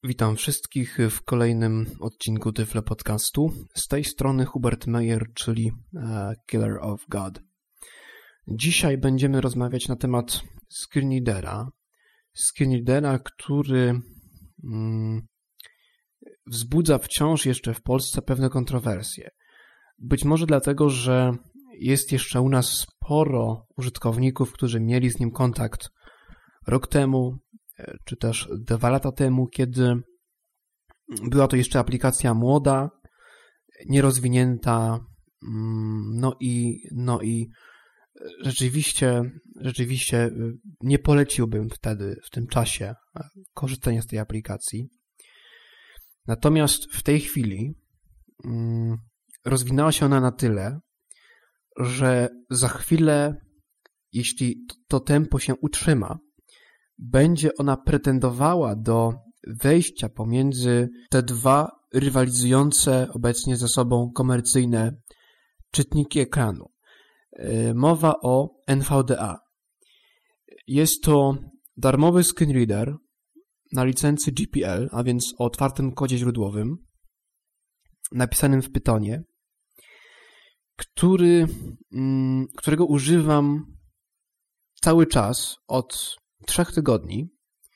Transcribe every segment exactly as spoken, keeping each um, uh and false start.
Witam wszystkich w kolejnym odcinku Tyflo Podcastu. Z tej strony Hubert Meyer, czyli Killer of God. Dzisiaj będziemy rozmawiać na temat screenreadera. Screenreadera, który mm, wzbudza wciąż jeszcze w Polsce pewne kontrowersje. Być może dlatego, że jest jeszcze u nas sporo użytkowników, którzy mieli z nim kontakt rok temu, czy też dwa lata temu, kiedy była to jeszcze aplikacja młoda, nierozwinięta, no i, no i rzeczywiście, rzeczywiście nie poleciłbym wtedy, w tym czasie korzystania z tej aplikacji. Natomiast w tej chwili rozwinęła się ona na tyle, że za chwilę, jeśli to tempo się utrzyma, będzie ona pretendowała do wejścia pomiędzy te dwa rywalizujące obecnie ze sobą komercyjne czytniki ekranu. Mowa o N V D A. Jest to darmowy screenreader na licencji G P L, a więc o otwartym kodzie źródłowym, napisanym w Pythonie, który, którego używam cały czas od trzech tygodni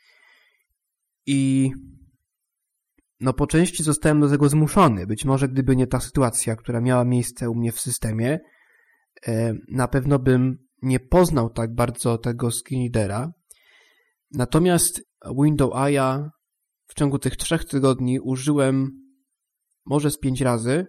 i no po części zostałem do tego zmuszony. Być może gdyby nie ta sytuacja, która miała miejsce u mnie w systemie, na pewno bym nie poznał tak bardzo tego screenreadera. Natomiast Windows A I a w ciągu tych trzech tygodni użyłem może z pięć razy,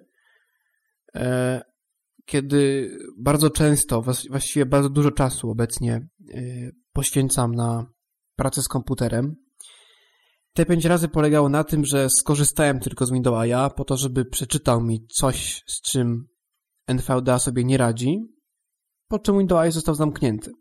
kiedy bardzo często, właściwie bardzo dużo czasu obecnie poświęcam na pracę z komputerem. Te pięć razy polegało na tym, że skorzystałem tylko z Windows A I a po to, żeby przeczytał mi coś, z czym N V D A sobie nie radzi, po czym Windows A I został zamknięty.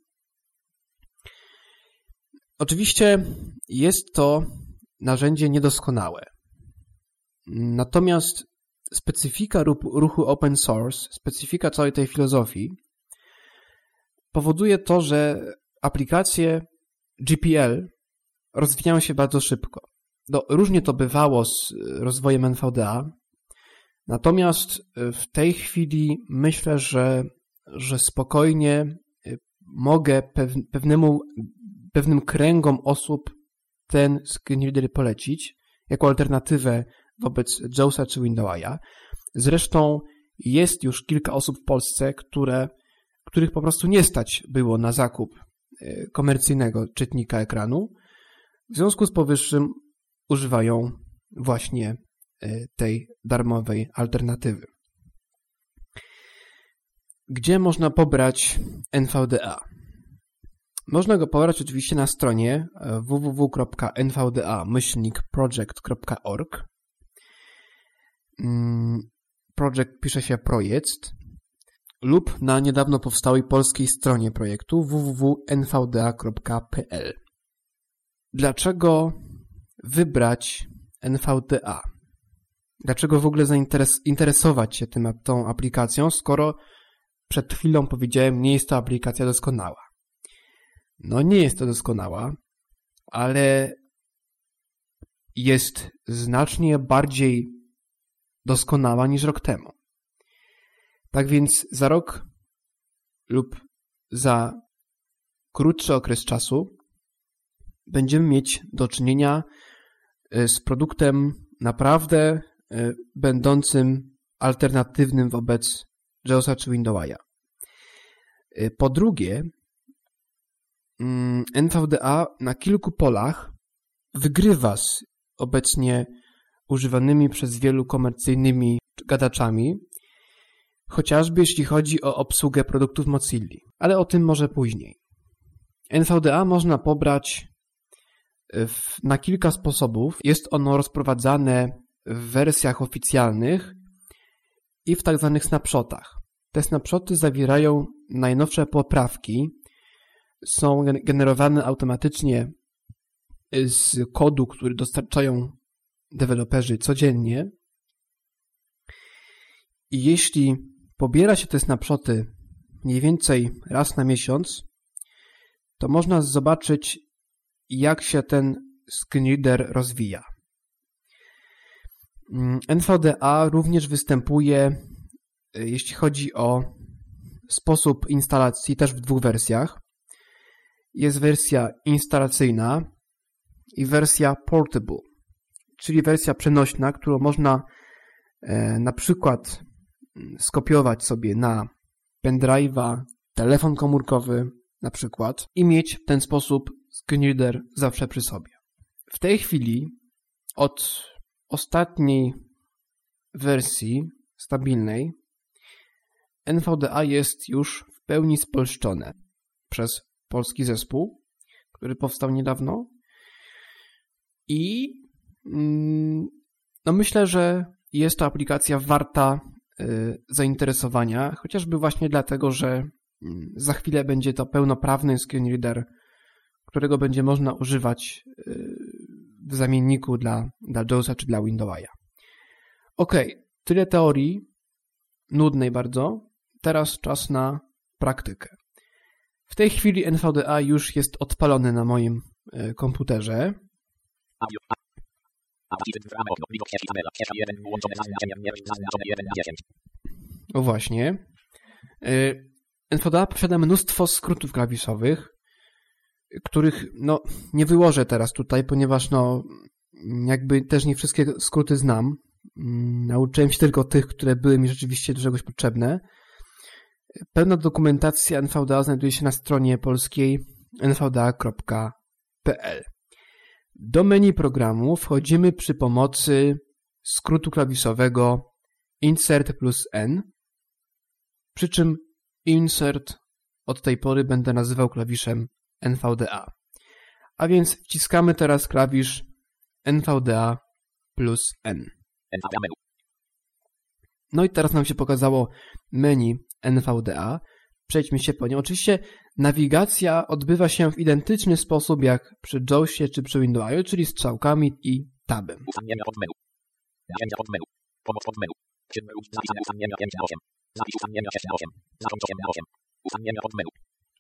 Oczywiście jest to narzędzie niedoskonałe. Natomiast specyfika ruchu open source, specyfika całej tej filozofii powoduje to, że aplikacje G P L rozwijają się bardzo szybko. No, różnie to bywało z rozwojem N V D A, natomiast w tej chwili myślę, że, że spokojnie mogę pewnemu, pewnym kręgom osób ten screenreader polecić jako alternatywę wobec JAWSa czy Windows A I a. Zresztą jest już kilka osób w Polsce, które, których po prostu nie stać było na zakup komercyjnego czytnika ekranu. W związku z powyższym używają właśnie tej darmowej alternatywy. Gdzie można pobrać N V D A? Można go pobrać oczywiście na stronie w w w kropka n v d a myślnik project kropka org. Project pisze się projekt lub na niedawno powstałej polskiej stronie projektu w w w kropka n v d a kropka p l. Dlaczego wybrać N V D A? Dlaczego w ogóle zainteresować się tym, tą aplikacją, skoro przed chwilą powiedziałem, nie jest to aplikacja doskonała? No nie jest to doskonała, ale jest znacznie bardziej doskonała niż rok temu. Tak więc za rok lub za krótszy okres czasu będziemy mieć do czynienia z produktem naprawdę będącym alternatywnym wobec JAWSa czy Windows A I a. Po drugie, N V D A na kilku polach wygrywa z obecnie używanymi przez wielu komercyjnymi gadaczami, chociażby jeśli chodzi o obsługę produktów Mozilli, ale o tym może później. N V D A można pobrać w, na kilka sposobów. Jest ono rozprowadzane w wersjach oficjalnych i w tak zwanych snapshotach. Te snapshoty zawierają najnowsze poprawki, są generowane automatycznie z kodu, który dostarczają deweloperzy codziennie. I jeśli pobiera się te snapshoty mniej więcej raz na miesiąc, to można zobaczyć, jak się ten screenreader rozwija. N V D A również występuje, jeśli chodzi o sposób instalacji, też w dwóch wersjach. Jest wersja instalacyjna i wersja portable, czyli wersja przenośna, którą można e, na przykład skopiować sobie na pendrive'a, telefon komórkowy na przykład i mieć w ten sposób screen reader zawsze przy sobie. W tej chwili od ostatniej wersji stabilnej N V D A jest już w pełni spolszczone przez polski zespół, który powstał niedawno i no myślę, że jest to aplikacja warta y, zainteresowania, chociażby właśnie dlatego, że y, za chwilę będzie to pełnoprawny screen reader, którego będzie można używać y, w zamienniku dla, dla JAWSa czy dla WinDowsa. Ok, tyle teorii, nudnej bardzo. Teraz czas na praktykę. W tej chwili N V D A już jest odpalony na moim y, komputerze. O właśnie. N V D A posiada mnóstwo skrótów klawiszowych, których no nie wyłożę teraz tutaj, ponieważ no jakby też nie wszystkie skróty znam. Nauczyłem się tylko tych, które były mi rzeczywiście do czegoś potrzebne. Pełna dokumentacja N V D A znajduje się na stronie polskiej n v d a kropka p l. Do menu programu wchodzimy przy pomocy skrótu klawiszowego Insert plus N, przy czym Insert od tej pory będę nazywał klawiszem N V D A. A więc wciskamy teraz klawisz N V D A plus N. No i teraz nam się pokazało menu N V D A. Przejdźmy się po nie. Oczywiście nawigacja odbywa się w identyczny sposób jak przy JAWSie czy przy Windowsie, czyli strzałkami i tabem. Ustawienia podmenu. Narzędzia podmenu. Pomoc podmenu. Zapisane ustawienia pięć na osiem. Zapis ustawienia sześć na osiem. Zacząć osiem na osiem. Ustawienia podmenu.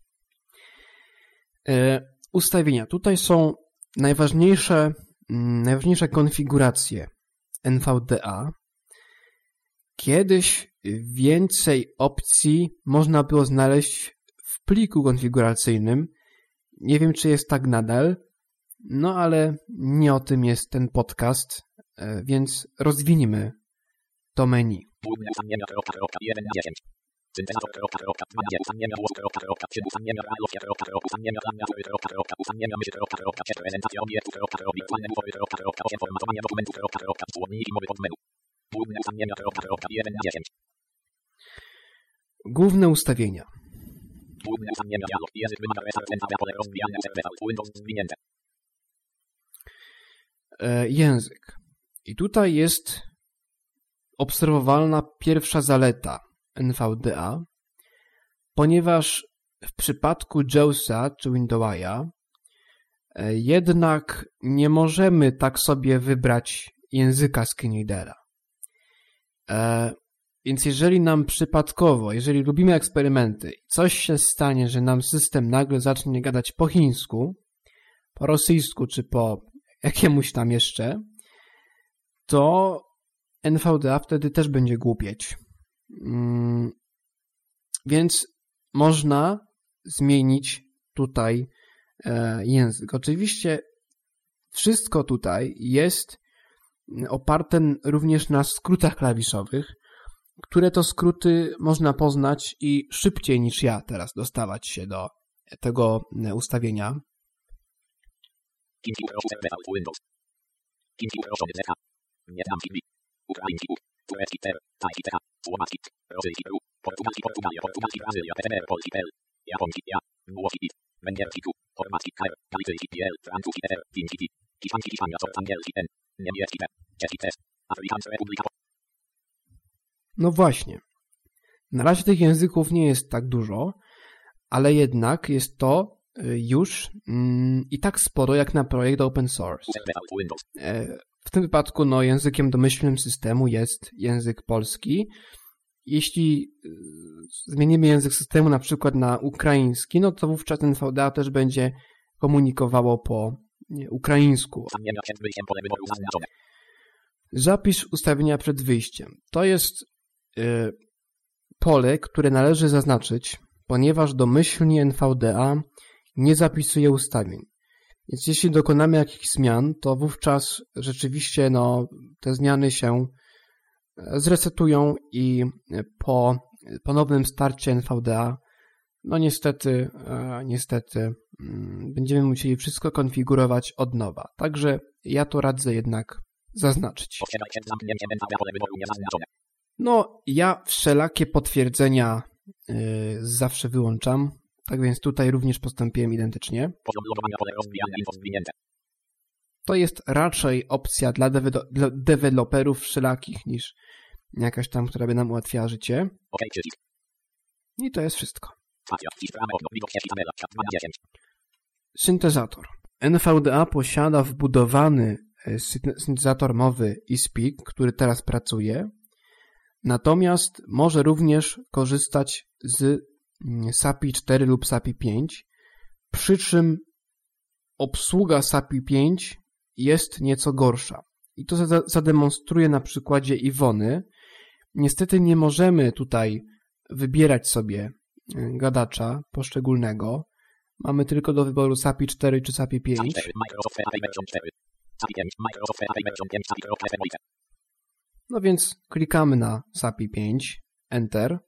E, ustawienia. Tutaj są najważniejsze, najważniejsze konfiguracje N V D A. Kiedyś więcej opcji można było znaleźć w pliku konfiguracyjnym. Nie wiem, czy jest tak nadal, no ale nie o tym jest ten podcast, więc rozwiniemy to menu. Główne ustawienia. E, język. I tutaj jest obserwowalna pierwsza zaleta N V D A, ponieważ w przypadku JAWSa czy Windowsa e, jednak nie możemy tak sobie wybrać języka screenreadera. E, więc jeżeli nam przypadkowo, jeżeli lubimy eksperymenty i coś się stanie, że nam system nagle zacznie gadać po chińsku, po rosyjsku czy po jakiemuś tam jeszcze, to N V D A wtedy też będzie głupieć. Hmm, więc można zmienić tutaj e, język. Oczywiście wszystko tutaj jest oparte również na skrótach klawiszowych, które to skróty można poznać i szybciej niż ja teraz dostawać się do tego ustawienia. No właśnie. Na razie tych języków nie jest tak dużo, ale jednak jest to już mm, i tak sporo jak na projekt open source. W tym wypadku no, językiem domyślnym systemu jest język polski. Jeśli zmienimy język systemu na przykład na ukraiński, no to wówczas N V D A też będzie komunikowało po nie, ukraińsku. Zapisz ustawienia przed wyjściem. To jest yy, pole, które należy zaznaczyć, ponieważ domyślnie N V D A nie zapisuje ustawień. Więc jeśli dokonamy jakichś zmian, to wówczas rzeczywiście no, te zmiany się zresetują i po ponownym starcie N V D A no niestety, e, niestety mm, będziemy musieli wszystko konfigurować od nowa. Także ja to radzę jednak zaznaczyć. No, ja wszelakie potwierdzenia y, zawsze wyłączam, tak więc tutaj również postąpiłem identycznie. To jest raczej opcja dla, dewe- dla deweloperów wszelakich niż jakaś tam, która by nam ułatwiała życie. I to jest wszystko. Syntezator. N V D A posiada wbudowany syntezator mowy eSpeak, który teraz pracuje, natomiast może również korzystać z SAPI cztery lub SAPI pięć, przy czym obsługa SAPI pięć jest nieco gorsza. I to zademonstruję na przykładzie Iwony. Niestety nie możemy tutaj wybierać sobie gadacza poszczególnego. Mamy tylko do wyboru SAPI cztery czy SAPI pięć. No więc klikamy na SAPI pięć, Enter.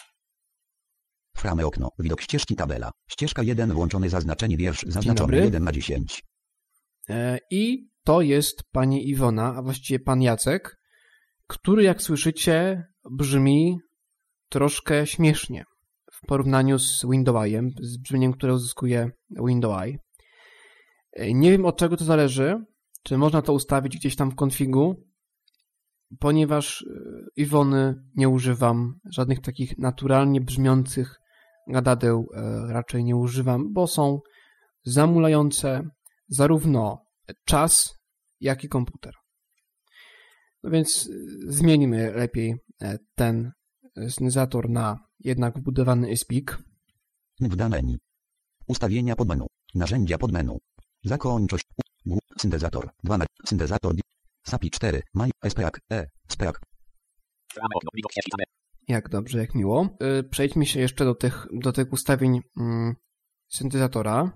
Frame okno, widok ścieżki tabela. Ścieżka jeden włączony zaznaczenie wiersz zaznaczone jeden na dziesięć. I to jest pani Iwona, a właściwie pan Jacek, który jak słyszycie brzmi troszkę śmiesznie w porównaniu z Windows'em, z brzmieniem, które uzyskuje Windows. Nie wiem od czego to zależy, czy można to ustawić gdzieś tam w konfigu, ponieważ Iwony nie używam, żadnych takich naturalnie brzmiących gadadeł raczej nie używam, bo są zamulające zarówno czas, jak i komputer. No więc zmienimy lepiej ten syntezator na jednak wbudowany eSpeak. W menu. Ustawienia podmenu. Narzędzia podmenu. Zakończość. Syntezator. dwa na syntezator. SAPI cztery. My. SPAC. E. SPAC. Jak dobrze, jak miło. Przejdźmy się jeszcze do tych, do tych ustawień mm, syntezatora.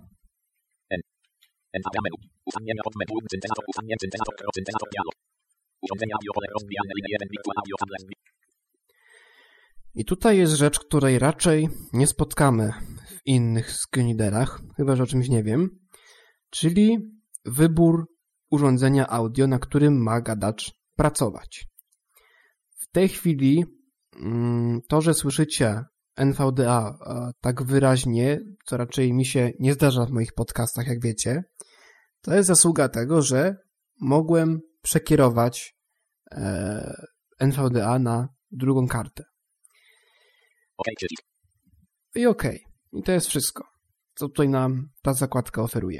Ustawienia podmenu. Syntezator. Ustawienia syntezator. Syntezator dialog. Urządzenia audio pole rozwijane linie jeden Virtual Audio Handler. I tutaj jest rzecz, której raczej nie spotkamy w innych screenreaderach, chyba że o czymś nie wiem, czyli wybór urządzenia audio, na którym ma gadacz pracować. W tej chwili to, że słyszycie N V D A tak wyraźnie, co raczej mi się nie zdarza w moich podcastach, jak wiecie, to jest zasługa tego, że mogłem przekierować N V D A na drugą kartę. I OK. I to jest wszystko, co tutaj nam ta zakładka oferuje.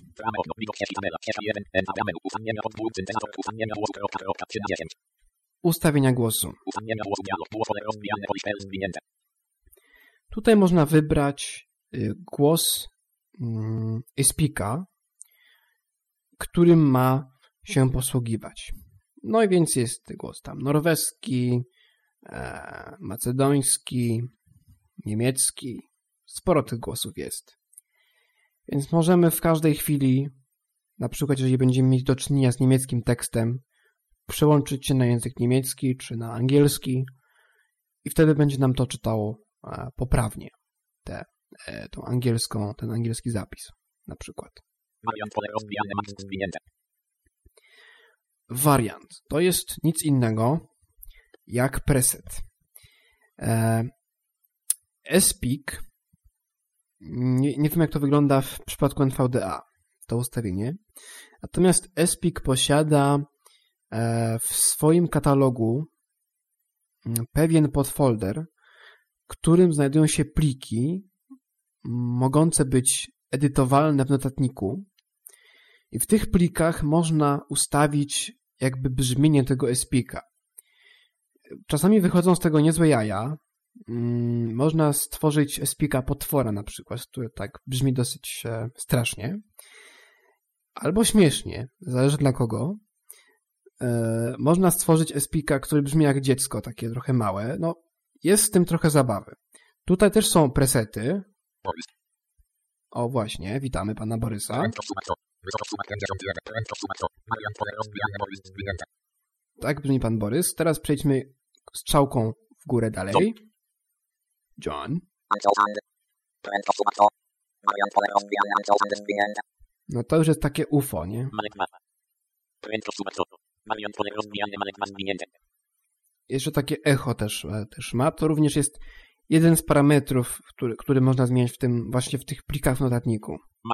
Ustawienia głosu. Tutaj można wybrać głos eSpeaka, którym ma się posługiwać. No i więc jest głos tam norweski, e, macedoński, niemiecki. Sporo tych głosów jest. Więc możemy w każdej chwili, na przykład jeżeli będziemy mieć do czynienia z niemieckim tekstem, przełączyć się na język niemiecki czy na angielski i wtedy będzie nam to czytało e, poprawnie. Te, e, tą angielską, ten angielski zapis na przykład. Wariant. To jest nic innego jak preset. eSpeak, nie, nie wiem jak to wygląda w przypadku N V D A, to ustawienie. Natomiast eSpeak posiada w swoim katalogu pewien podfolder, w którym znajdują się pliki mogące być edytowalne w notatniku. I w tych plikach można ustawić jakby brzmienie tego eSpeaka. Czasami wychodzą z tego niezłe jaja. Hmm, można stworzyć eSpeaka potwora na przykład, który tak brzmi dosyć e, strasznie. Albo śmiesznie, zależy dla kogo. e, można stworzyć S P K, który brzmi jak dziecko, takie trochę małe. No, jest z tym trochę zabawy. Tutaj też są presety. O, właśnie, witamy pana Borysa. Tak brzmi pan Borys. Teraz przejdźmy strzałką w górę dalej. John. No to już jest takie U F O, nie? Jeszcze takie echo też, też ma. To również jest jeden z parametrów, który, który można zmieniać w tym, właśnie w tych plikach w notatniku.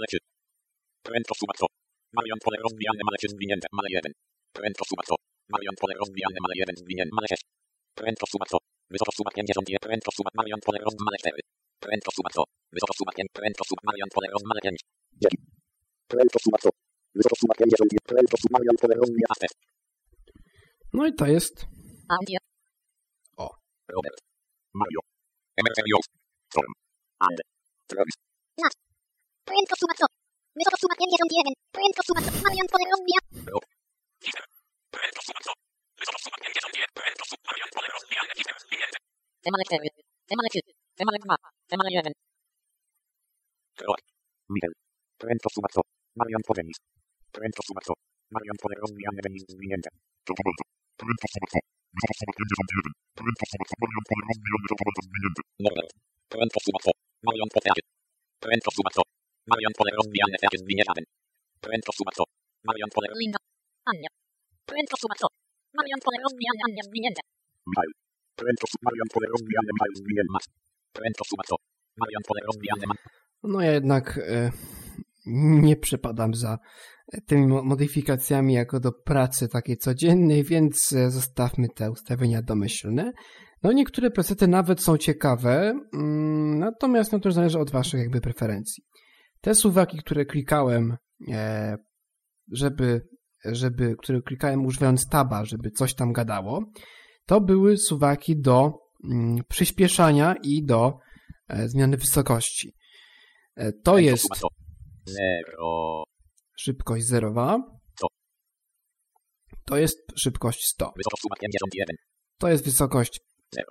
No i to jest... O. Robert. Mario. Emergenios. Storm. And. Travis. Nat. Prędko sumaco. Wysoko suma pięćdziesiąt jeden. Prędko sumaco. Marian Polerozbija. Rob. Peter. Prędko sumaco. Wysoko suma pięćdziesiąt jeden. Prędko suma Marian Polerozbija. Peter. Zwinięte. Temale cztery. Temale trzy. Temale dwa. Temale jeden. Troll. Michael. Prędko sumaco. Marian Podenis. Prędko sumaco. Marian Polerozbija. Denis zwinięte. To to bardzo. Prędko sumaco. Wysoko suma pięćdziesiąt jeden. Prędko sumaco. Marian Polerozbija. To bardzo zwinięte. Norbert. Prędko sumaco. Marian Poteaty. Prędko sumaco. Marian Polerozbija. Denis zwinięte. Prędko sumaco. Marian Polerozbija. Linda. Ania. Prędko sumaco. Marian Polerozbija. Ania zwinięte. Michael. Prędko sumaco. Marian Polerozbija. Michael zwinięte. Prędko sumaco. Marian Polerozbija. No ja jednak e, nie przepadam za tymi modyfikacjami jako do pracy takiej codziennej, więc e, zostawmy te ustawienia domyślne. No niektóre presety nawet są ciekawe, mm, natomiast no to już zależy od waszych jakby preferencji. Te suwaki, które klikałem, e, żeby, żeby, które klikałem używając taba, żeby coś tam gadało, to były suwaki do mm, przyspieszania i do e, zmiany wysokości. E, to jest Zero. szybkość zerowa. sto. To jest szybkość sto. Wysoko suma pięćdziesiąt jeden. To jest wysokość Zero.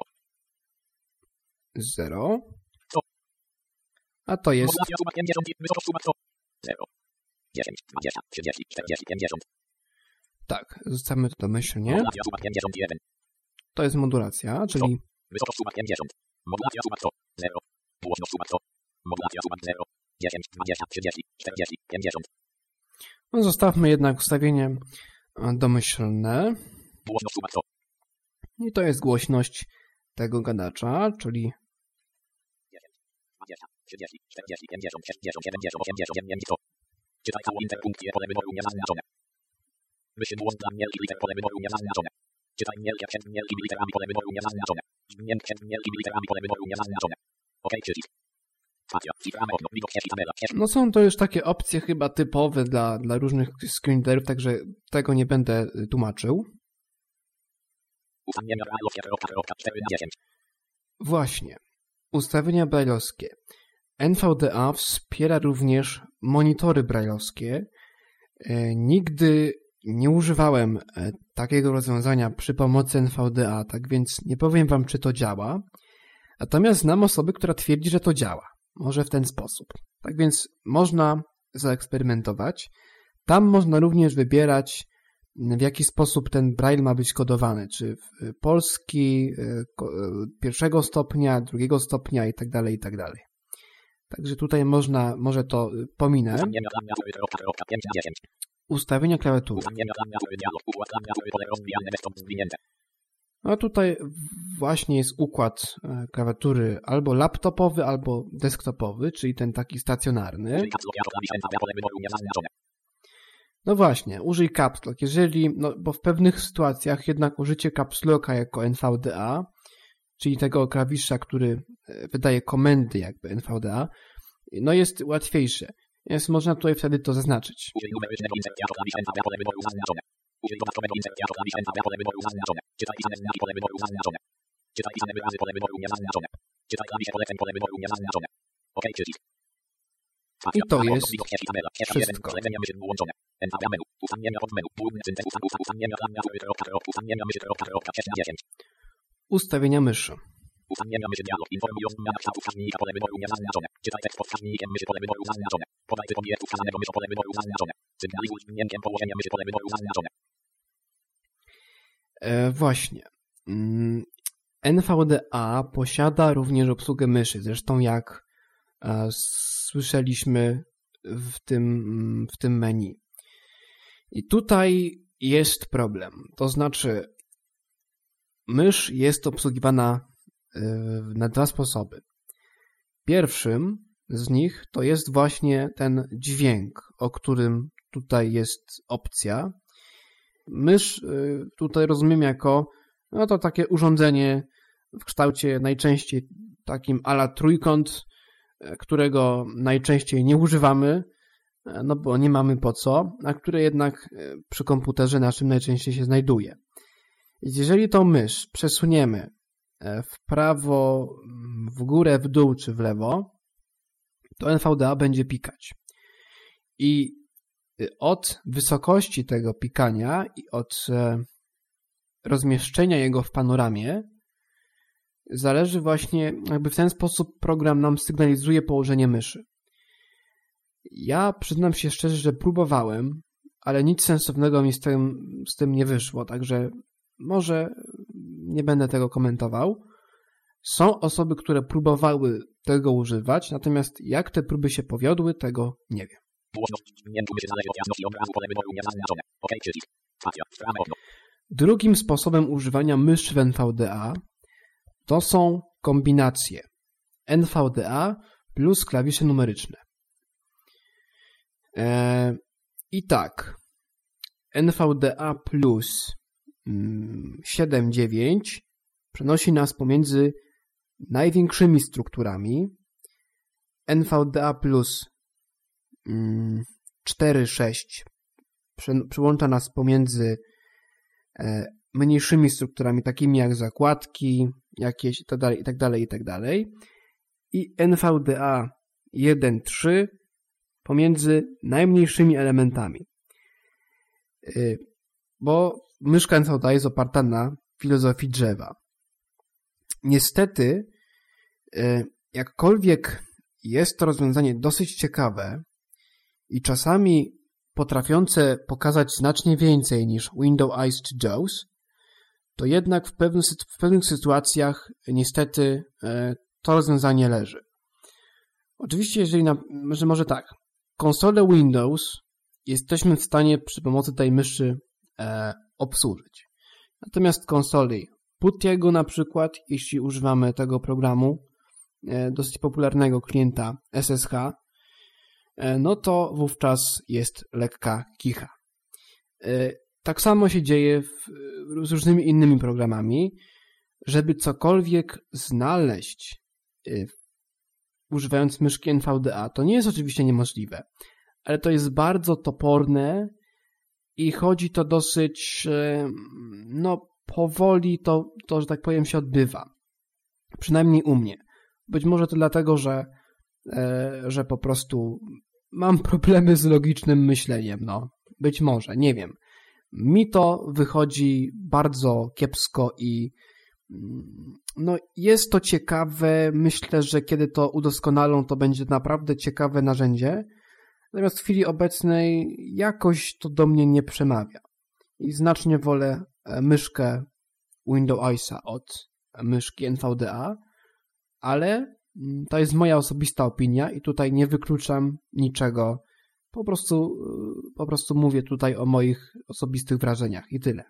zero. sto. A to jest Modulacja suma pięćdziesiąt. Wysoko suma sto. zero. dziesięć. dwadzieścia. trzydzieści. czterdzieści. pięćdziesiąt. tak, zostawmy to domyślnie. Modulacja suma pięćdziesiąt jeden. To jest modulacja, czyli Wysoko suma pięćdziesiąt. Modulacja suma sto. zero. Głośno suma sto. Modulacja suma zero. dziesięć. dwadzieścia. trzydzieści. czterdzieści. pięćdziesiąt. no zostawmy jednak ustawienie e, domyślne. Głośno suma sto. I to jest głośność tego gadacza, czyli dziesięć. dwadzieścia. trzydzieści. czterdzieści. pięćdziesiąt. sześćdziesiąt. siedemdziesiąt. osiemdziesiąt. dziewięćdziesiąt. sto. Czytaj całą interpunkcję. Pole wyboru niezaznaczone. Wyślij błąd dla wielkich liter. Pole wyboru niezaznaczone. Czytaj wielkie przed wielkimi literami. Pole wyboru niezaznaczone. Zmień przed wielkimi literami. Pole wyboru niezaznaczone. OK, przycisk. Spacja. Ciframy okno. Widok ścieżki tabela. no są to już takie opcje chyba typowe dla, dla różnych screenreaderów, także tego nie będę y, tłumaczył. Ustawienia brajlowskie. Kropka, kropka, cztery na dziesięć. Właśnie. Ustawienia brajlowskie. N V D A wspiera również monitory brajlowskie. E, nigdy nie używałem e, takiego rozwiązania przy pomocy N V D A, tak więc nie powiem wam, czy to działa. Natomiast znam osoby, która twierdzi, że to działa. Może w ten sposób. Tak więc można zaeksperymentować. Tam można również wybierać, w jaki sposób ten braille ma być kodowany. Czy w polski, pierwszego stopnia, drugiego stopnia i tak dalej, i tak dalej. Także tutaj można, może to pominę. Ustawienia klawiatury. Kropka, kropka, pięć na dziesięć. Ustawienia klawiatury. Ustawienia klawiatury. Dialog. Układ klawiatury. Pole rozwijane. Desktop zwinięte. No tutaj właśnie jest układ e, klawiatury albo laptopowy, albo desktopowy, czyli ten taki stacjonarny. Czyli caps lock jako klawisz Enter. Pole wyboru niezaznaczone. No właśnie, użyj caps lock. Jeżeli, no bo w pewnych sytuacjach jednak użycie caps locka jako N V D A, czyli tego klawisza, który wydaje komendy jakby N V D A, no jest łatwiejsze. Więc można tutaj wtedy to zaznaczyć. Użyj numerycznego insercja jako klawisz Enter. Pole wyboru zaznaczone. Użyj dodatkowego insercja jako klawisz Enter. Pole wyboru zaznaczone. Czytaj pisane znaki. Pole wyboru zaznaczone. Czytaj pisane wyrazy. Pole wyboru niezaznaczone. Czytaj klawisze poleceń. Pole wyboru niezaznaczone. OK, przycisk. I to jest wszystko. Ustawienia myszy. Ustawienia myszy dialog. Informują o zmianach kształtu wskaźnika pole wyboru niezaznaczone. Czytaj tekst pod wskaźnikiem myszy pole wyboru zaznaczone. Podaj typ obiektu wskazanego myszą pole wyboru zaznaczone. Sygnalizuj dźwiękiem położenia myszy pole wyboru zaznaczone. E, właśnie. Mm, N V D A posiada również obsługę myszy. Zresztą jak e, słyszeliśmy w tym, w tym menu. I tutaj jest problem. To znaczy mysz jest obsługiwana na dwa sposoby. Pierwszym z nich to jest właśnie ten dźwięk, o którym tutaj jest opcja. Mysz tutaj rozumiem jako no to takie urządzenie w kształcie najczęściej takim a la trójkąt, którego najczęściej nie używamy, no bo nie mamy po co, a które jednak przy komputerze naszym najczęściej się znajduje. Jeżeli tą mysz przesuniemy w prawo, w górę, w dół czy w lewo, to N V D A będzie pikać. I od wysokości tego pikania i od rozmieszczenia jego w panoramie zależy właśnie, jakby w ten sposób program nam sygnalizuje położenie myszy. Ja przyznam się szczerze, że próbowałem, ale nic sensownego mi z tym, z tym nie wyszło, także może nie będę tego komentował. Są osoby, które próbowały tego używać, natomiast jak te próby się powiodły, tego nie wiem. Drugim sposobem używania myszy w N V D A to są kombinacje N V D A plus klawisze numeryczne. Eee, I tak, N V D A plus siedem dziewięć przenosi nas pomiędzy największymi strukturami. N V D A plus cztery sześć przyłącza nas pomiędzy mniejszymi strukturami, takimi jak zakładki, jakieś itd., itd., itd. I N V D A jeden trzy pomiędzy najmniejszymi elementami. Bo myszka N V D A jest oparta na filozofii drzewa. Niestety, jakkolwiek jest to rozwiązanie dosyć ciekawe i czasami potrafiące pokazać znacznie więcej niż Window Eyes czy Jaws, to jednak w pewnych, w pewnych sytuacjach niestety to rozwiązanie leży. Oczywiście, jeżeli na, że może tak, konsolę Windows jesteśmy w stanie przy pomocy tej myszy e, obsłużyć. Natomiast konsoli Puttiego na przykład, jeśli używamy tego programu, e, dosyć popularnego klienta S S H, e, no to wówczas jest lekka kicha. E, tak samo się dzieje w, z różnymi innymi programami. Żeby cokolwiek znaleźć e, używając myszki N V D A, to nie jest oczywiście niemożliwe, ale to jest bardzo toporne i chodzi to dosyć, no powoli to, to, że tak powiem, się odbywa. Przynajmniej u mnie. Być może to dlatego, że, że po prostu mam problemy z logicznym myśleniem, no. Być może, nie wiem. Mi to wychodzi bardzo kiepsko i no jest to ciekawe. Myślę, że kiedy to udoskonalą, to będzie naprawdę ciekawe narzędzie. Natomiast w chwili obecnej jakoś to do mnie nie przemawia. I znacznie wolę myszkę Window Eyesa od myszki N V D A, ale to jest moja osobista opinia i tutaj nie wykluczam niczego. Po prostu, po prostu mówię tutaj o moich osobistych wrażeniach i tyle.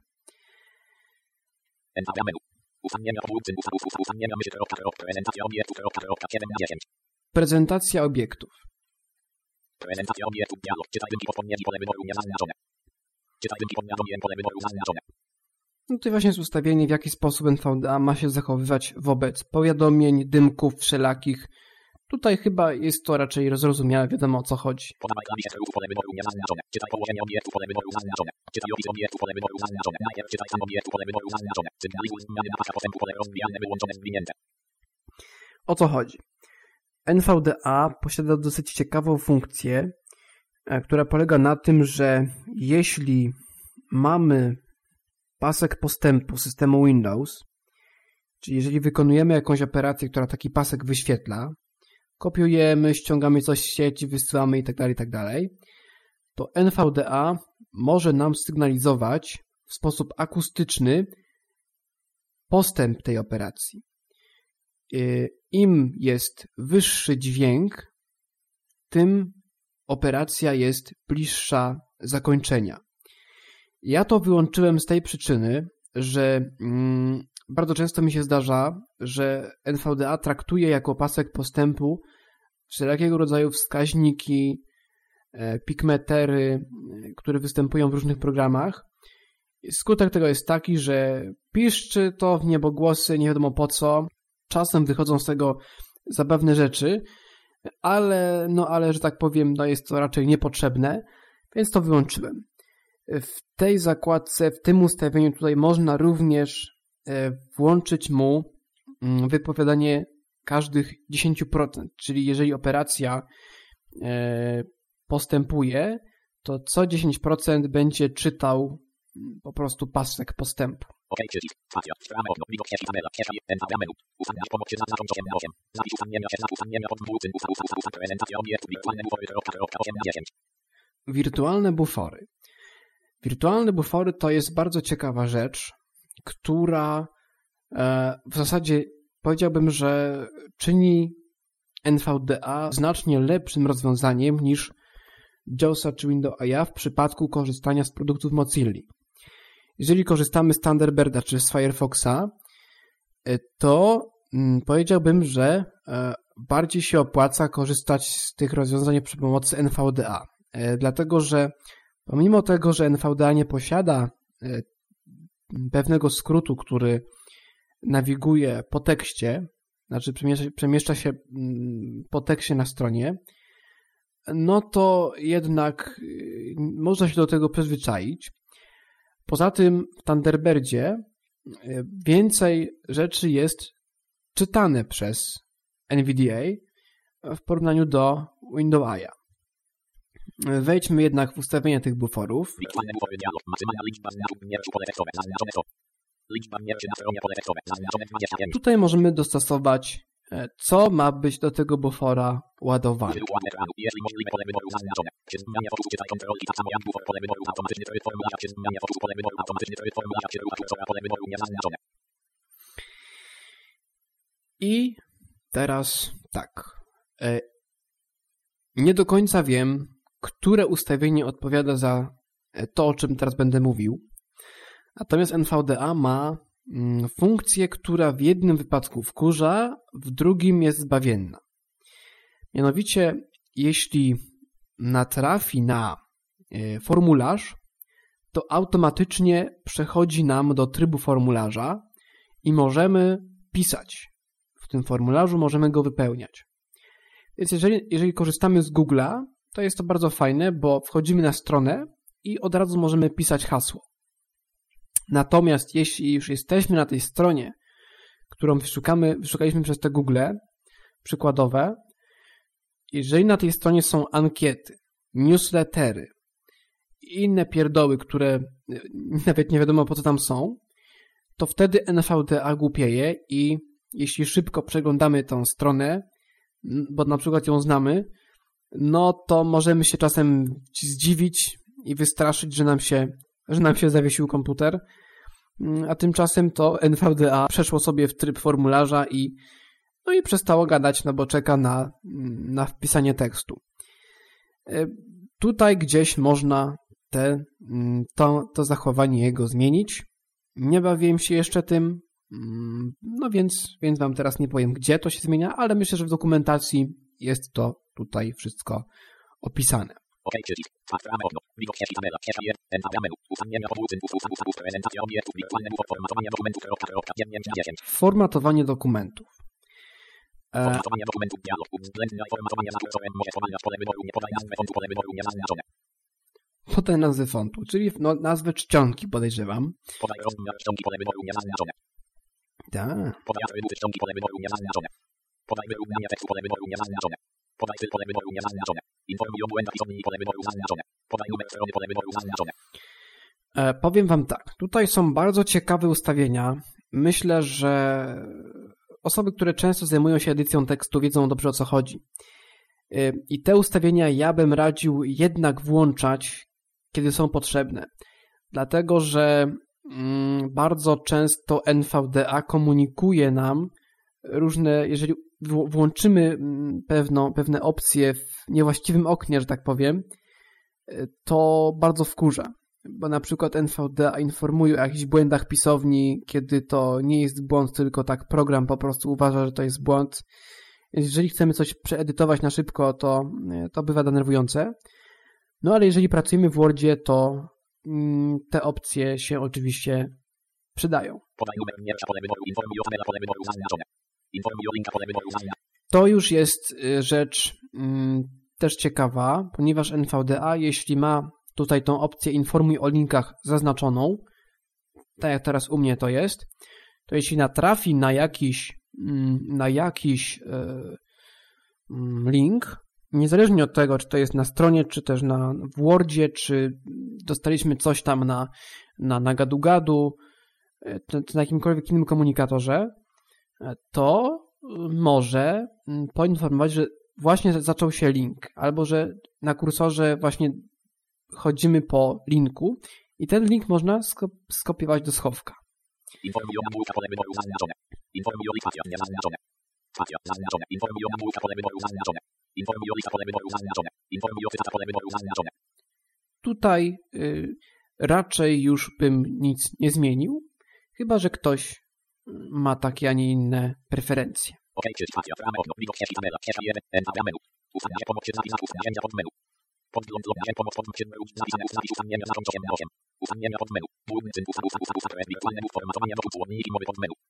Prezentacja obiektów. Prezentacja obiektów dialog. Czytaj wymki podpowiedzi pole wyboru niezaznaczone. Czytaj wymki podmianowień pole wyboru zaznaczone. No tutaj właśnie jest ustawienie, w jaki sposób N V D A ma się zachowywać wobec powiadomień, dymków wszelakich. Tutaj chyba jest to raczej zrozumiałe, wiadomo o co chodzi. Podawaj klawisze skrótów pole wyboru niezaznaczone. Czytaj położenie obiektu pole wyboru zaznaczone. Czytaj opis obiektu pole wyboru zaznaczone. Najpierw czytaj sam obiektu pole wyboru zaznaczone. Sygnalizuj zmiany na pasach postępu pole rozwijane wyłączone zwinięte. O co chodzi? N V D A posiada dosyć ciekawą funkcję, która polega na tym, że jeśli mamy pasek postępu systemu Windows, czyli jeżeli wykonujemy jakąś operację, która taki pasek wyświetla, kopiujemy, ściągamy coś z sieci, wysyłamy itd., itd., to N V D A może nam sygnalizować w sposób akustyczny postęp tej operacji. Im jest wyższy dźwięk, tym operacja jest bliższa zakończenia. Ja to wyłączyłem z tej przyczyny, że mm, bardzo często mi się zdarza, że N V D A traktuje jako pasek postępu wszelkiego rodzaju wskaźniki, e, pikmetery, które występują w różnych programach. Skutek tego jest taki, że piszczy to w niebogłosy, nie wiadomo po co. Czasem wychodzą z tego zabawne rzeczy, ale, no, ale że tak powiem, no jest to raczej niepotrzebne, więc to wyłączyłem. W tej zakładce, w tym ustawieniu tutaj można również włączyć mu wypowiadanie każdych dziesięć procent, czyli jeżeli operacja postępuje, to co dziesięć procent będzie czytał po prostu pasek postępu. OK, przycisk, spacja, strona okno, widok sieci tabela, sieci, N V D A menu, ustawiać pomoc się zaznacz osiem na osiem, zapisz ustawienia się, znak ustawienia pod dwóch, usta, usta, usta, prezentacja obiektu, wirtualne bufory, kropka, kropka, osiem na dziesięć. Wirtualne bufory. Wirtualne bufory to jest bardzo ciekawa rzecz, która e, w zasadzie powiedziałbym, że czyni N V D A znacznie lepszym rozwiązaniem niż JAWSa czy Windows A I w przypadku korzystania z produktów Mozilla. Jeżeli korzystamy z Thunderbirda czy z Firefoxa, to powiedziałbym, że bardziej się opłaca korzystać z tych rozwiązań przy pomocy N V D A. Dlatego, że pomimo tego, że N V D A nie posiada pewnego skrótu, który nawiguje po tekście, znaczy przemieszcza, przemieszcza się po tekście na stronie, no to jednak można się do tego przyzwyczaić. Poza tym w Thunderbirdzie więcej rzeczy jest czytane przez N V D A w porównaniu do Windows A I. Wejdźmy jednak w ustawienia tych buforów. Wirtualne bufory dialog, maksymalna liczba znaków mierczy pole tekstowe, zaznaczone sto. Liczba mierczy na stronie pole tekstowe, zaznaczone dwadzieścia pięć. Tutaj możemy dostosować, co ma być do tego bufora ładowane. Jeśli możliwe pole wyboru zaznaczone. Przy zmianie fokusu czytaj kontrolki, tak samo jak bufor pole wyboru automatyczny tryb formularza. Przy zmianie fokusu pole wyboru automatyczny tryb formularza. Przy ruchu kursora pole wyboru niezaznaczone. I teraz tak. Nie do końca wiem, które ustawienie odpowiada za to, o czym teraz będę mówił. Natomiast N V D A ma funkcję, która w jednym wypadku wkurza, w drugim jest zbawienna. Mianowicie, jeśli natrafi na formularz, to automatycznie przechodzi nam do trybu formularza i możemy pisać. W tym formularzu możemy go wypełniać. Więc jeżeli, jeżeli korzystamy z Google'a, to jest to bardzo fajne, bo wchodzimy na stronę i od razu możemy pisać hasło. Natomiast jeśli już jesteśmy na tej stronie, którą wyszukamy, wyszukaliśmy przez te Google przykładowe, jeżeli na tej stronie są ankiety, newslettery i inne pierdoły, które nawet nie wiadomo po co tam są, to wtedy N V D A głupieje i jeśli szybko przeglądamy tą stronę, bo na przykład ją znamy, no to możemy się czasem zdziwić i wystraszyć, że nam się, że nam się zawiesił komputer, a tymczasem to N V D A przeszło sobie w tryb formularza i, no i przestało gadać, no bo czeka na, na wpisanie tekstu. Tutaj gdzieś można te, to, to zachowanie jego zmienić. Nie bawiłem się jeszcze tym, no więc, więc wam teraz nie powiem, gdzie to się zmienia, ale myślę, że w dokumentacji jest to tutaj wszystko opisane. OK, przycisk, strona okno, widok sieci tabela, sieci N V D A menu, ustawienia podłóg, ustaw, ustaw, prezentacja obiektów, wirtualne bufor, formatowanie dokumentów, kropka, kropka, dziewięć na dziesięć. Formatowanie dokumentów. Formatowanie dokumentów, dialog, uwzględnia formatowanie zakursorem, może formalność pole wyboru, nie podaj nazwę fontu, pole wyboru niezaznaczone. Podaj nazwę fontu, czyli no, nazwę czcionki podejrzewam. Podaj rozmiar czcionki, pole wyboru niezaznaczone. Tak. Podaj atrybuty czcionki, pole wyboru niezaznaczone. Podaj wyrównania tekstu pole wyboru niezaznaczone. Podaj styl pole wyboru niezaznaczone. Informuj o błędach i pomnij pole wyboru zaznaczone. Podaj numer strony pole wyboru zaznaczone. E, powiem wam tak, tutaj są bardzo ciekawe ustawienia. Myślę, że osoby, które często zajmują się edycją tekstu, wiedzą dobrze, o co chodzi. E, I te ustawienia ja bym radził jednak włączać, kiedy są potrzebne. Dlatego, że mm, bardzo często N V D A komunikuje nam różne, jeżeli w- włączymy mm, pewno, pewne opcje w niewłaściwym oknie, że tak powiem, e, to bardzo wkurza. Bo na przykład N V D A informuje o jakichś błędach pisowni, kiedy to nie jest błąd, tylko tak program po prostu uważa, że to jest błąd. Jeżeli chcemy coś przeedytować na szybko, to, to bywa denerwujące. No ale jeżeli pracujemy w Wordzie, to mm, te opcje się oczywiście przydają. Podaj numer pierwsza pole wyboru. Informuj o tabela pole wyboru zaznaczone. Informuj o linka pole wyboru zaznaczone. To już jest y, rzecz mm, też ciekawa, ponieważ N V D A, jeśli ma tutaj tą opcję informuj o linkach zaznaczoną, tak jak teraz u mnie to jest, to jeśli natrafi na jakiś, na jakiś link, niezależnie od tego, czy to jest na stronie, czy też na, w Wordzie, czy dostaliśmy coś tam na, na, na gadu-gadu, czy na jakimkolwiek innym komunikatorze, to może poinformować, że właśnie zaczął się link, albo że na kursorze właśnie chodzimy po linku i ten link można skop- skopiować do schowka. Informuj o nagłówka pole wyboru zaznaczone. Informuj o listację niezaznaczone. Stacja zaznaczone. Informuj o nagłówka pole wyboru zaznaczone. Informuj o lista pole wyboru zaznaczone. Informuj o cytata pole wyboru zaznaczone. Tutaj y, raczej już bym nic nie zmienił, chyba że ktoś ma takie, a nie inne preferencje. OK, czy stacja, ramy okno, widok ścieżki tabela, ścieżka jeden, N V menu. Ustawianie pomocy zapis znaków, narzędzia pod menu. Podgląd lub narzędzia pomoc pod menu, zapisane zapis ustawienia zarząd osiem na osiem. Ustawienia pod menu. Główny cynk ustaw ustaw ustaw ustaw wirtualne formatowanie do słownik i mowy pod menu.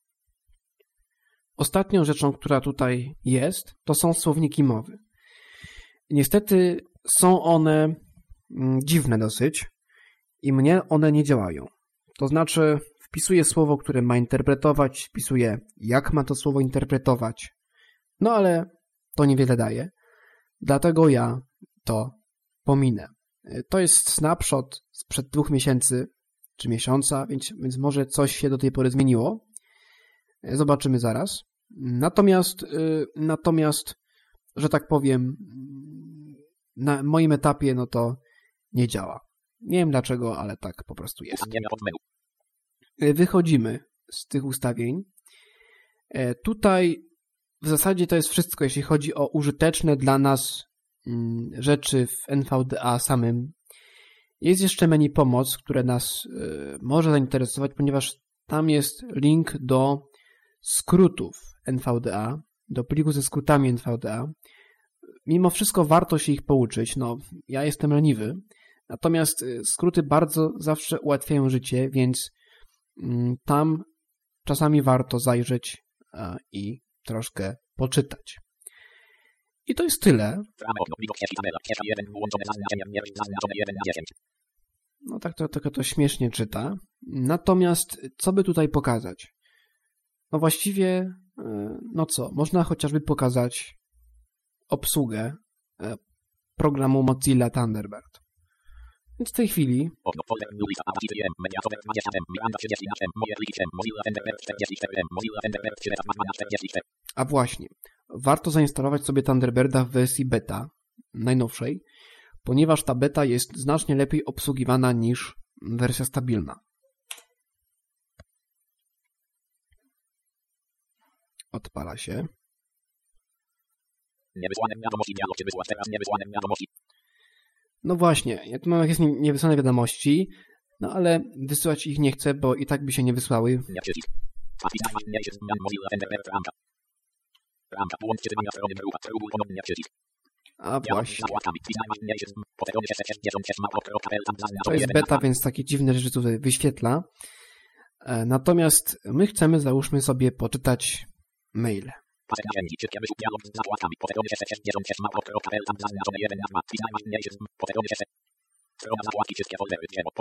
Ostatnią rzeczą, która tutaj jest, to są słowniki mowy. Niestety są one mm, dziwne dosyć i mnie one nie działają. To znaczy wpisuję słowo, które ma interpretować, wpisuję jak ma to słowo interpretować, no ale to niewiele daje. Dlatego ja to pominę. To jest snapshot sprzed dwóch miesięcy czy miesiąca, więc, więc może coś się do tej pory zmieniło. Zobaczymy zaraz. Natomiast, yy, natomiast, że tak powiem, na moim etapie no to nie działa. Nie wiem dlaczego, ale tak po prostu jest. Ustawienia pod menu. Wychodzimy z tych ustawień. E, tutaj w zasadzie to jest wszystko, jeśli chodzi o użyteczne dla nas mm, rzeczy w N V D A samym. Jest jeszcze menu pomoc, które nas y, może zainteresować, ponieważ tam jest link do skrótów N V D A, do pliku ze skrótami N V D A. Mimo wszystko warto się ich pouczyć. No, ja jestem leniwy, natomiast y, skróty bardzo zawsze ułatwiają życie, więc y, tam czasami warto zajrzeć y, i troszkę poczytać. I to jest tyle. Ramy okno, widok ścieżki tabela, ścieżka jeden, włączone zaznaczenia, mierz zaznaczone jeden na dziesięć. No tak to, to, to śmiesznie czyta. Natomiast co by tutaj pokazać? No właściwie, no co, można chociażby pokazać obsługę programu Mozilla Thunderbird. Więc w tej chwili... Okno, folder, lista, apatity M, media, folder dwadzieścia M, Miranda trzydzieści na M, moje pliki M, Mozilla Thunderbird czterdzieści cztery M, Mozilla Thunderbird czterdzieści cztery. A właśnie, warto zainstalować sobie Thunderbirda w wersji beta, najnowszej, ponieważ ta beta jest znacznie lepiej obsługiwana niż wersja stabilna. Odpala się. Niewysłane wiadomości, dialog, czy wysłać teraz niewysłane wiadomości. No właśnie, ja tu mam jakieś niewysłane wiadomości, no ale wysyłać ich nie chcę, bo i tak by się nie wysłały. Nie przycisk. Wpisaj mniejszy zmian Mozilla Thunderbird ramka. Ramka, włącz czytywania strony druga, spróbuj ponownie przycisk. A właśnie. To jest beta, więc takie dziwne rzeczy tutaj wyświetla. Natomiast my chcemy, załóżmy sobie, poczytać maile.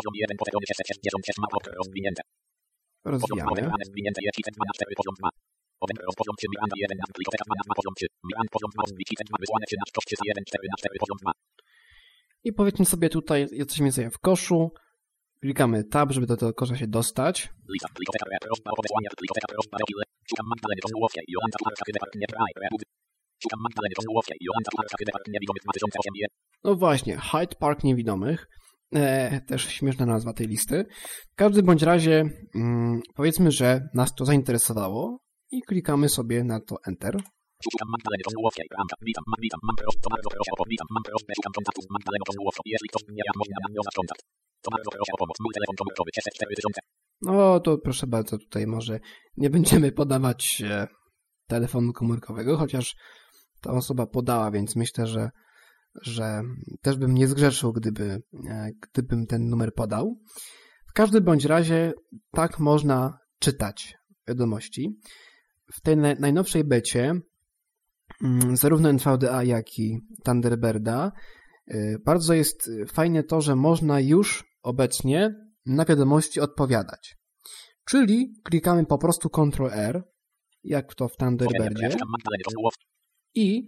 Rozwijamy. Open roz poziom trzy Miranda jeden na plikoweka dwa na dwa poziom trzy. Mirand poziom dwa wiki ten dwa wysłane trzynaście trzy jeden cztery na cztery poziom dwa. I powiedzmy sobie tutaj, jesteśmy sobie w koszu. Klikamy tab, żeby do tego kosza się dostać. Lista, plikoweka, prośba o powysłanie, plikoweka, prośba o ile. Szukam Magdaleny Żonłowskiej, Jolanta Kucharska, Hydepark, nie Praj, Szukam Magdaleny Żonłowskiej, Jolanta Kucharska, Hydepark, niewidomych dwa tysiące osiem. No właśnie, Hyde Park Niewidomych. E, też śmieszna nazwa tej listy. W każdym bądź razie mm, powiedzmy, że nas to zainteresowało i klikamy sobie na to Enter. Szukam Magdaleny Żonłowskiej, Ramka, witam, ma, witam, mam prośbę, to bardzo proszę o pomoc, witam, mam prośbę, szukam kontaktu z Magdaleną Żonłowską, jeśli ktoś nie jak można nam nawiązać kontakt, to bardzo proszę o pomoc, mój telefon komórkowy, cztery tysiące. No to proszę bardzo, tutaj może nie będziemy podawać e, telefonu komórkowego, chociaż ta osoba podała, więc myślę, że że też bym nie zgrzeszył, gdyby, gdybym ten numer podał. W każdym bądź razie tak można czytać wiadomości. W tej najnowszej becie zarówno N V D A, jak i Thunderbirda bardzo jest fajne to, że można już obecnie na wiadomości odpowiadać. Czyli klikamy po prostu kontrol R, jak to w Thunderbirdzie. I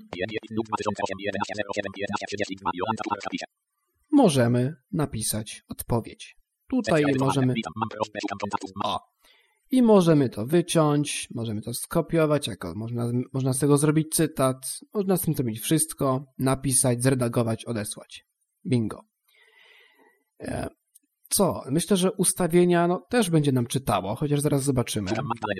możemy napisać odpowiedź. Tutaj możemy... O. I możemy to wyciąć, możemy to skopiować, jako można, można z tego zrobić cytat, można z tym zrobić wszystko, napisać, zredagować, odesłać. Bingo. Co? Myślę, że ustawienia no, też będzie nam czytało, chociaż zaraz zobaczymy.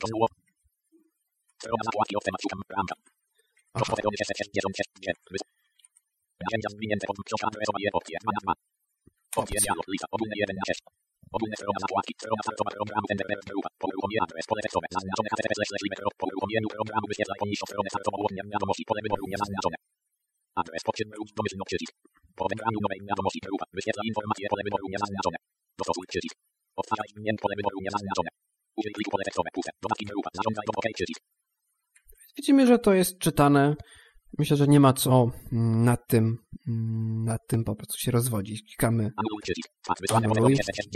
Narzędzia zwinięte pod książka adresowa je opcje dwa na dwa. Opcje dialog, lista, ogólne jeden na sześć. Ogólne strona zakładki, strona startowa programu Tenderweb grupa. Po uruchomieniu adres, pole tekstowe, zaznaczone H T T P slash live. Po uruchomieniu programu wyświetlaj poniższą stronę startową łączenia wiadomości, pole wyboru niezaznaczone. Adres, podświetl ruch, domyślny przycisk. Po wybraniu nowej wiadomości grupa, wyświetla informacje, pole wyboru niezaznaczone. Dostosuj przycisk. Odtwarzaj zwinięte pole wyboru niezaznaczone. Użyj pliku pole tekstowe, puste, dodatki grupa, zarządzaj do OK przycisk. Widzimy, że to jest czytane. Myślę, że nie ma co nad tym, nad tym po prostu się rozwodzić. Klikamy anuluj.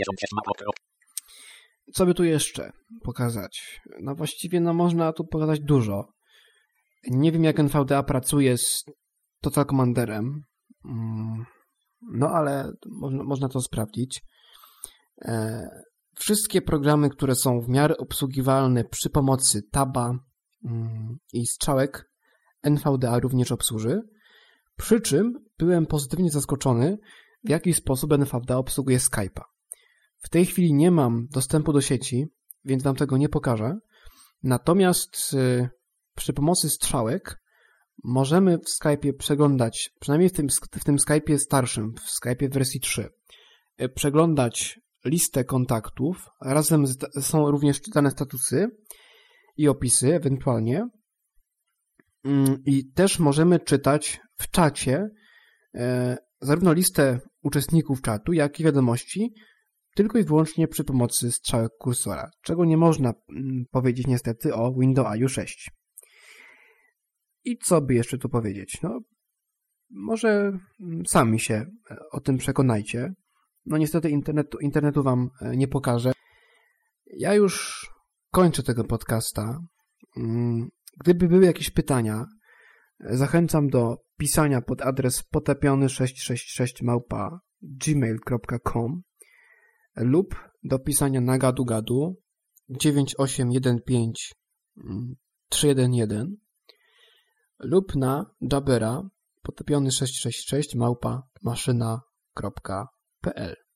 Co by tu jeszcze pokazać? No właściwie no można tu pokazać dużo. Nie wiem, jak N V D A pracuje z Total Commanderem. No ale można, można to sprawdzić. Wszystkie programy, które są w miarę obsługiwalne przy pomocy taba i strzałek, N V D A również obsłuży, przy czym byłem pozytywnie zaskoczony, w jaki sposób N V D A obsługuje Skype'a. W tej chwili nie mam dostępu do sieci, więc wam tego nie pokażę, natomiast y, przy pomocy strzałek możemy w Skype'ie przeglądać, przynajmniej w tym, w tym Skype'ie starszym, w Skype'ie wersji trzy, y, przeglądać listę kontaktów, razem z, są również czytane statusy i opisy ewentualnie. I też możemy czytać w czacie e, zarówno listę uczestników czatu, jak i wiadomości, tylko i wyłącznie przy pomocy strzałek kursora, czego nie można m, powiedzieć niestety o Windows A U sześć. I co by jeszcze tu powiedzieć? No, może sami się o tym przekonajcie. No niestety internetu, internetu wam nie pokażę. Ja już kończę tego podcasta. Gdyby były jakieś pytania, zachęcam do pisania pod adres potapiony sześć sześć sześć małpa gmail kropka com lub do pisania na gadu gadu dziewięć osiem jeden pięć trzy jeden jeden lub na Jabera potapiony sześć sześć sześć małpa maszyna kropka p l.